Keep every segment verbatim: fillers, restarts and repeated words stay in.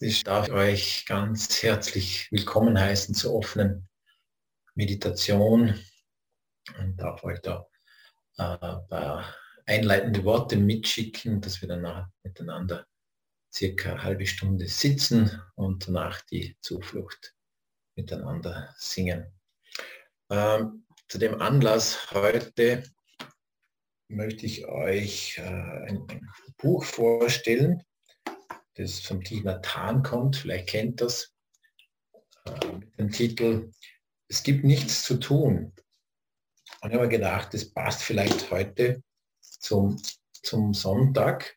Ich darf euch ganz herzlich willkommen heißen zur offenen Meditation und darf euch da äh, ein paar einleitende Worte mitschicken, dass wir danach miteinander circa eine halbe Stunde sitzen und danach die Zuflucht miteinander singen. Ähm, zu dem Anlass heute möchte ich euch äh, ein, ein Buch vorstellen, das vom Thich Nhat Hanh kommt, vielleicht kennt das, äh, mit dem Titel Es gibt nichts zu tun. Und ich habe mir gedacht, das passt vielleicht heute zum, zum Sonntag,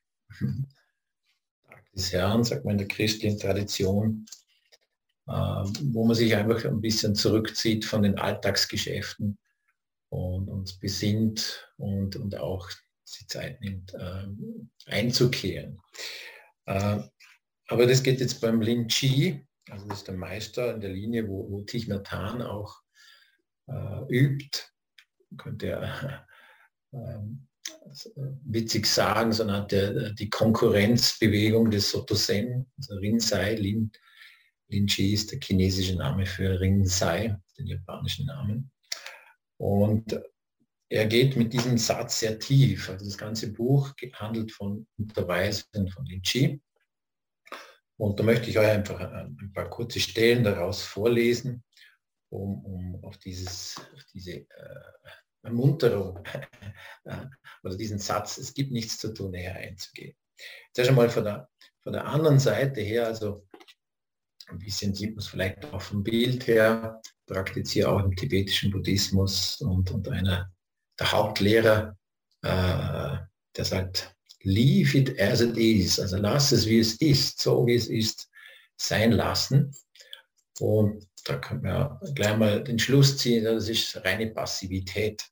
Tag des Herrn, sagt man in der christlichen Tradition, äh, wo man sich einfach ein bisschen zurückzieht von den Alltagsgeschäften und uns besinnt und, und auch die Zeit nimmt, äh, einzukehren. Äh, aber das geht jetzt beim Lin Chi, also das ist der Meister in der Linie, wo, wo Thich Nhat Hanh auch äh, übt, könnte er äh, witzig sagen, sondern hat der, die Konkurrenzbewegung des Soto-Zen, also Rinzai, Lin, Lin Chi ist der chinesische Name für Rinzai, den japanischen Namen. Und er geht mit diesem Satz sehr tief. Also das ganze Buch handelt von Unterweisungen von Lin Chi. Und da möchte ich euch einfach ein paar kurze Stellen daraus vorlesen, um, um auf, dieses, auf diese äh, Ermunterung äh, oder diesen Satz, es gibt nichts zu tun, näher einzugehen. Jetzt einmal von der, von der anderen Seite her, also ein bisschen sieht man es vielleicht auch vom Bild her, praktiziere auch im tibetischen Buddhismus und, und einer der Hauptlehrer, äh, der sagt, leave it as it is, also lass es wie es ist, so wie es ist, sein lassen. Und da kann man ja gleich mal den Schluss ziehen, das ist reine Passivität.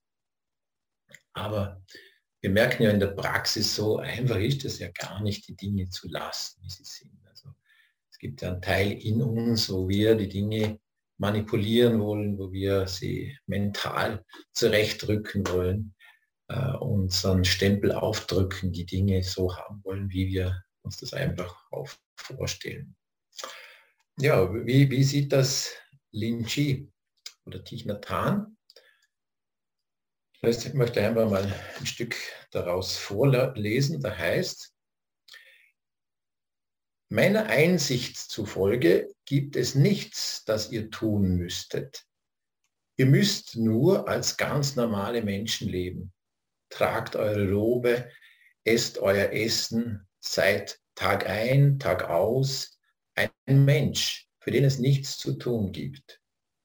Aber wir merken ja in der Praxis, so einfach ist es ja gar nicht, die Dinge zu lassen, wie sie sind. Also es gibt ja einen Teil in uns, wo wir die Dinge manipulieren wollen, wo wir sie mental zurechtrücken wollen, äh, unseren Stempel aufdrücken, die Dinge so haben wollen, wie wir uns das einfach auch vorstellen. Ja, wie, wie sieht das Lin Chi oder Thich Nhat Hanh? Ich möchte einfach mal ein Stück daraus vorlesen. Da heißt, meiner Einsicht zufolge gibt es nichts, das ihr tun müsstet. Ihr müsst nur als ganz normale Menschen leben. Tragt eure Robe, esst euer Essen, seid Tag ein, Tag aus ein Mensch, für den es nichts zu tun gibt.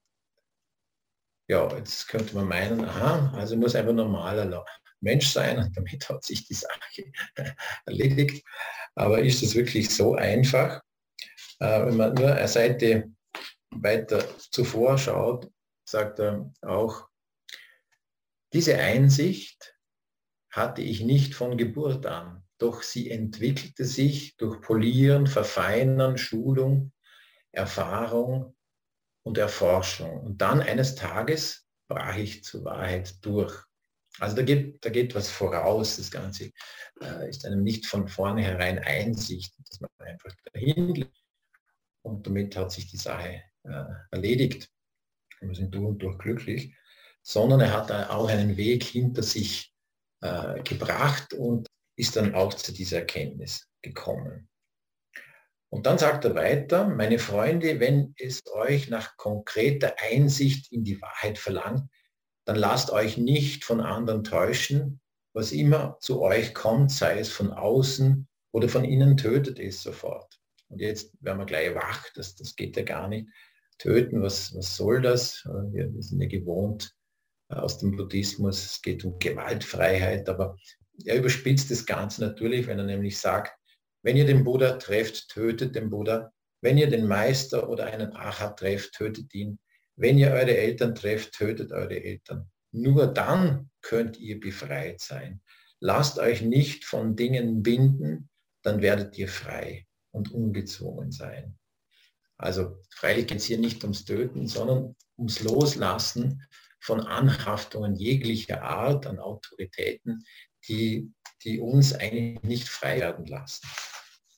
Ja, jetzt könnte man meinen, aha, also muss einfach ein normaler Mensch sein und damit hat sich die Sache erledigt. Aber ist es wirklich so einfach? Äh, wenn man nur eine Seite weiter zuvor schaut, sagt er auch, diese Einsicht hatte ich nicht von Geburt an, doch sie entwickelte sich durch Polieren, Verfeinern, Schulung, Erfahrung und Erforschung. Und dann eines Tages brach ich zur Wahrheit durch. Also da geht, da geht was voraus. Das Ganze äh, ist einem nicht von vornherein Einsicht, dass man einfach dahin geht. Und damit hat sich die Sache äh, erledigt. Wir sind durch und durch glücklich. Sondern er hat auch einen Weg hinter sich äh, gebracht und ist dann auch zu dieser Erkenntnis gekommen. Und dann sagt er weiter, meine Freunde, wenn es euch nach konkreter Einsicht in die Wahrheit verlangt, dann lasst euch nicht von anderen täuschen. Was immer zu euch kommt, sei es von außen oder von innen, tötet es sofort. Und jetzt werden wir gleich wach, das, das geht ja gar nicht. Töten, was, was soll das? Wir, wir sind ja gewohnt aus dem Buddhismus, es geht um Gewaltfreiheit, aber er überspitzt das Ganze natürlich, wenn er nämlich sagt, wenn ihr den Buddha trefft, tötet den Buddha. Wenn ihr den Meister oder einen Arhat trefft, tötet ihn. Wenn ihr eure Eltern trefft, tötet eure Eltern. Nur dann könnt ihr befreit sein. Lasst euch nicht von Dingen binden, dann werdet ihr frei und ungezwungen sein. Also freilich geht es hier nicht ums Töten, sondern ums Loslassen von Anhaftungen jeglicher Art an Autoritäten, die, die uns eigentlich nicht frei werden lassen.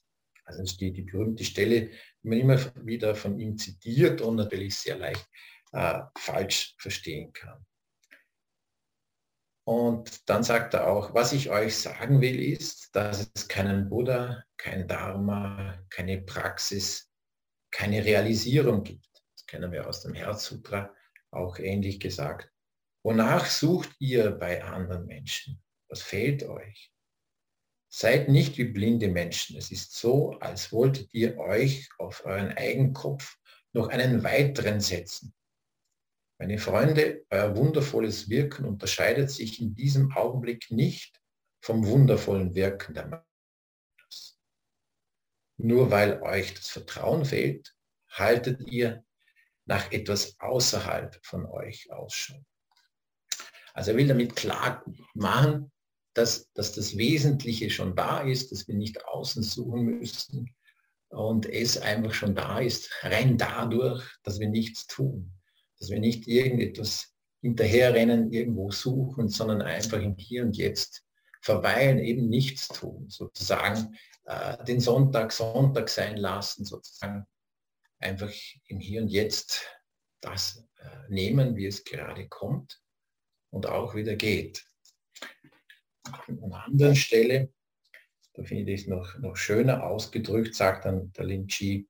Also es ist die, die berühmte Stelle, die man immer wieder von ihm zitiert und natürlich sehr leicht äh, falsch verstehen kann. Und dann sagt er auch, was ich euch sagen will, ist, dass es keinen Buddha, kein Dharma, keine Praxis, keine Realisierung gibt. Das kennen wir aus dem Herzsutra auch ähnlich gesagt. Wonach sucht ihr bei anderen Menschen? Was fehlt euch? Seid nicht wie blinde Menschen. Es ist so, als wolltet ihr euch auf euren eigenen Kopf noch einen weiteren setzen. Meine Freunde, euer wundervolles Wirken unterscheidet sich in diesem Augenblick nicht vom wundervollen Wirken der Macht. Nur weil euch das Vertrauen fehlt, haltet ihr nach etwas außerhalb von euch Ausschau. Also er will damit klar machen, dass, dass das Wesentliche schon da ist, dass wir nicht außen suchen müssen und es einfach schon da ist, rein dadurch, dass wir nichts tun. Dass wir nicht irgendetwas hinterherrennen, irgendwo suchen, sondern einfach im Hier und Jetzt verweilen, eben nichts tun, sozusagen äh, den Sonntag Sonntag sein lassen, sozusagen einfach im Hier und Jetzt das äh, nehmen, wie es gerade kommt und auch wieder geht. An einer anderen Stelle, da finde ich es noch, noch schöner ausgedrückt, sagt dann der Lin Chi,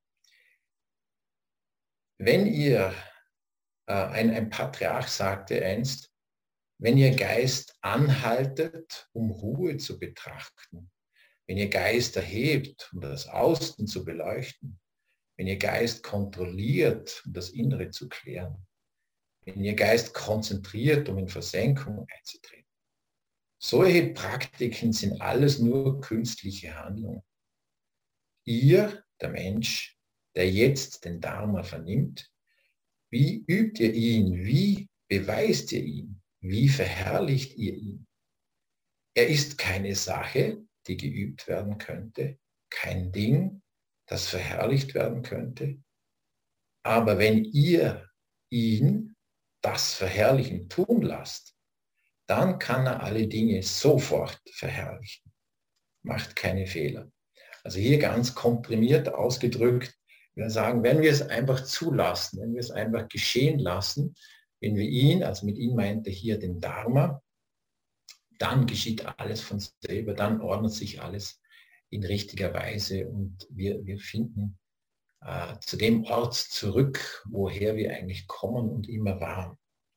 wenn ihr Ein, ein Patriarch sagte einst, wenn ihr Geist anhaltet, um Ruhe zu betrachten, wenn ihr Geist erhebt, um das Außen zu beleuchten, wenn ihr Geist kontrolliert, um das Innere zu klären, wenn ihr Geist konzentriert, um in Versenkung einzutreten. Solche Praktiken sind alles nur künstliche Handlungen. Ihr, der Mensch, der jetzt den Dharma vernimmt, wie übt ihr ihn? Wie beweist ihr ihn? Wie verherrlicht ihr ihn? Er ist keine Sache, die geübt werden könnte, kein Ding, das verherrlicht werden könnte. Aber wenn ihr ihn das Verherrlichen tun lasst, dann kann er alle Dinge sofort verherrlichen. Macht keine Fehler. Also hier ganz komprimiert ausgedrückt, wir sagen, wenn wir es einfach zulassen, wenn wir es einfach geschehen lassen, wenn wir ihn, also mit ihm meinte hier den Dharma, dann geschieht alles von selber, dann ordnet sich alles in richtiger Weise und wir, wir finden äh, zu dem Ort zurück, woher wir eigentlich kommen und immer waren.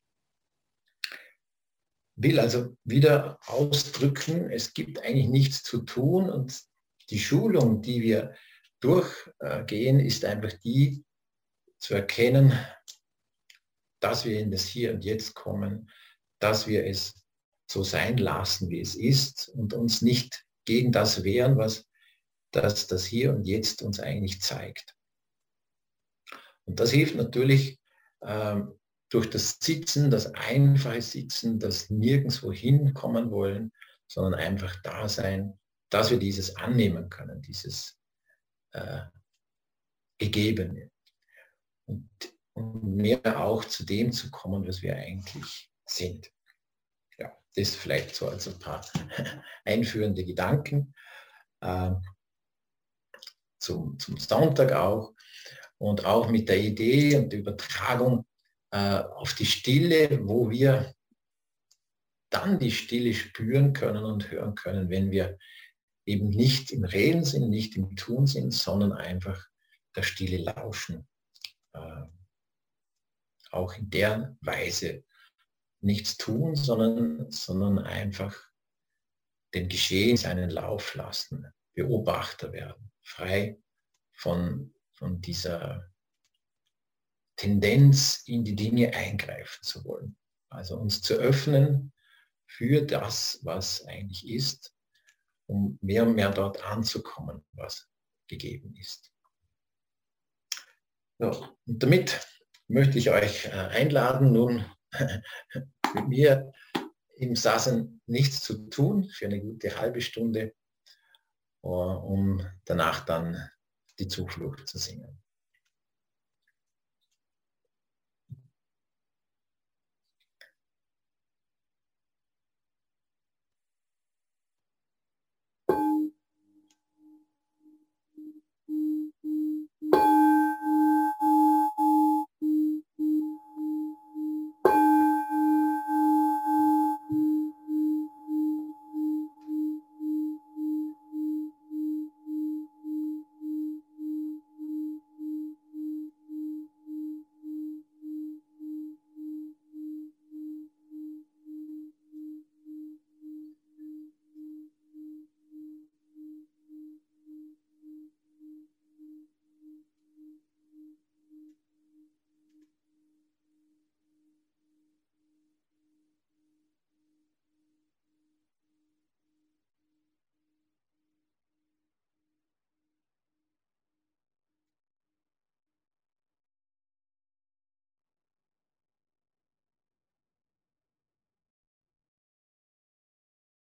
Will also wieder ausdrücken, es gibt eigentlich nichts zu tun und die Schulung, die wir durchgehen, ist einfach die, zu erkennen, dass wir in das Hier und Jetzt kommen, dass wir es so sein lassen, wie es ist und uns nicht gegen das wehren, was das, das Hier und Jetzt uns eigentlich zeigt. Und das hilft natürlich äh, durch das Sitzen, das einfache Sitzen, das nirgendwo hinkommen wollen, sondern einfach da sein, dass wir dieses annehmen können, dieses äh, Gegebene. Und, und mehr auch zu dem zu kommen, was wir eigentlich sind. Ja, das vielleicht so als ein paar einführende Gedanken äh, zum, zum Sonntag auch und auch mit der Idee und der Übertragung äh, auf die Stille, wo wir dann die Stille spüren können und hören können, wenn wir eben nicht im Reden sind, nicht im Tun sind, sondern einfach der Stille lauschen. Äh, auch in der Weise nichts tun, sondern, sondern einfach den Geschehen seinen Lauf lassen, Beobachter werden, frei von, von dieser Tendenz, in die Dinge eingreifen zu wollen. Also uns zu öffnen für das, was eigentlich ist, um mehr und mehr dort anzukommen, was gegeben ist. So, und damit möchte ich euch einladen, nun mit mir im Sassen nichts zu tun für eine gute halbe Stunde, um danach dann die Zuflucht zu singen.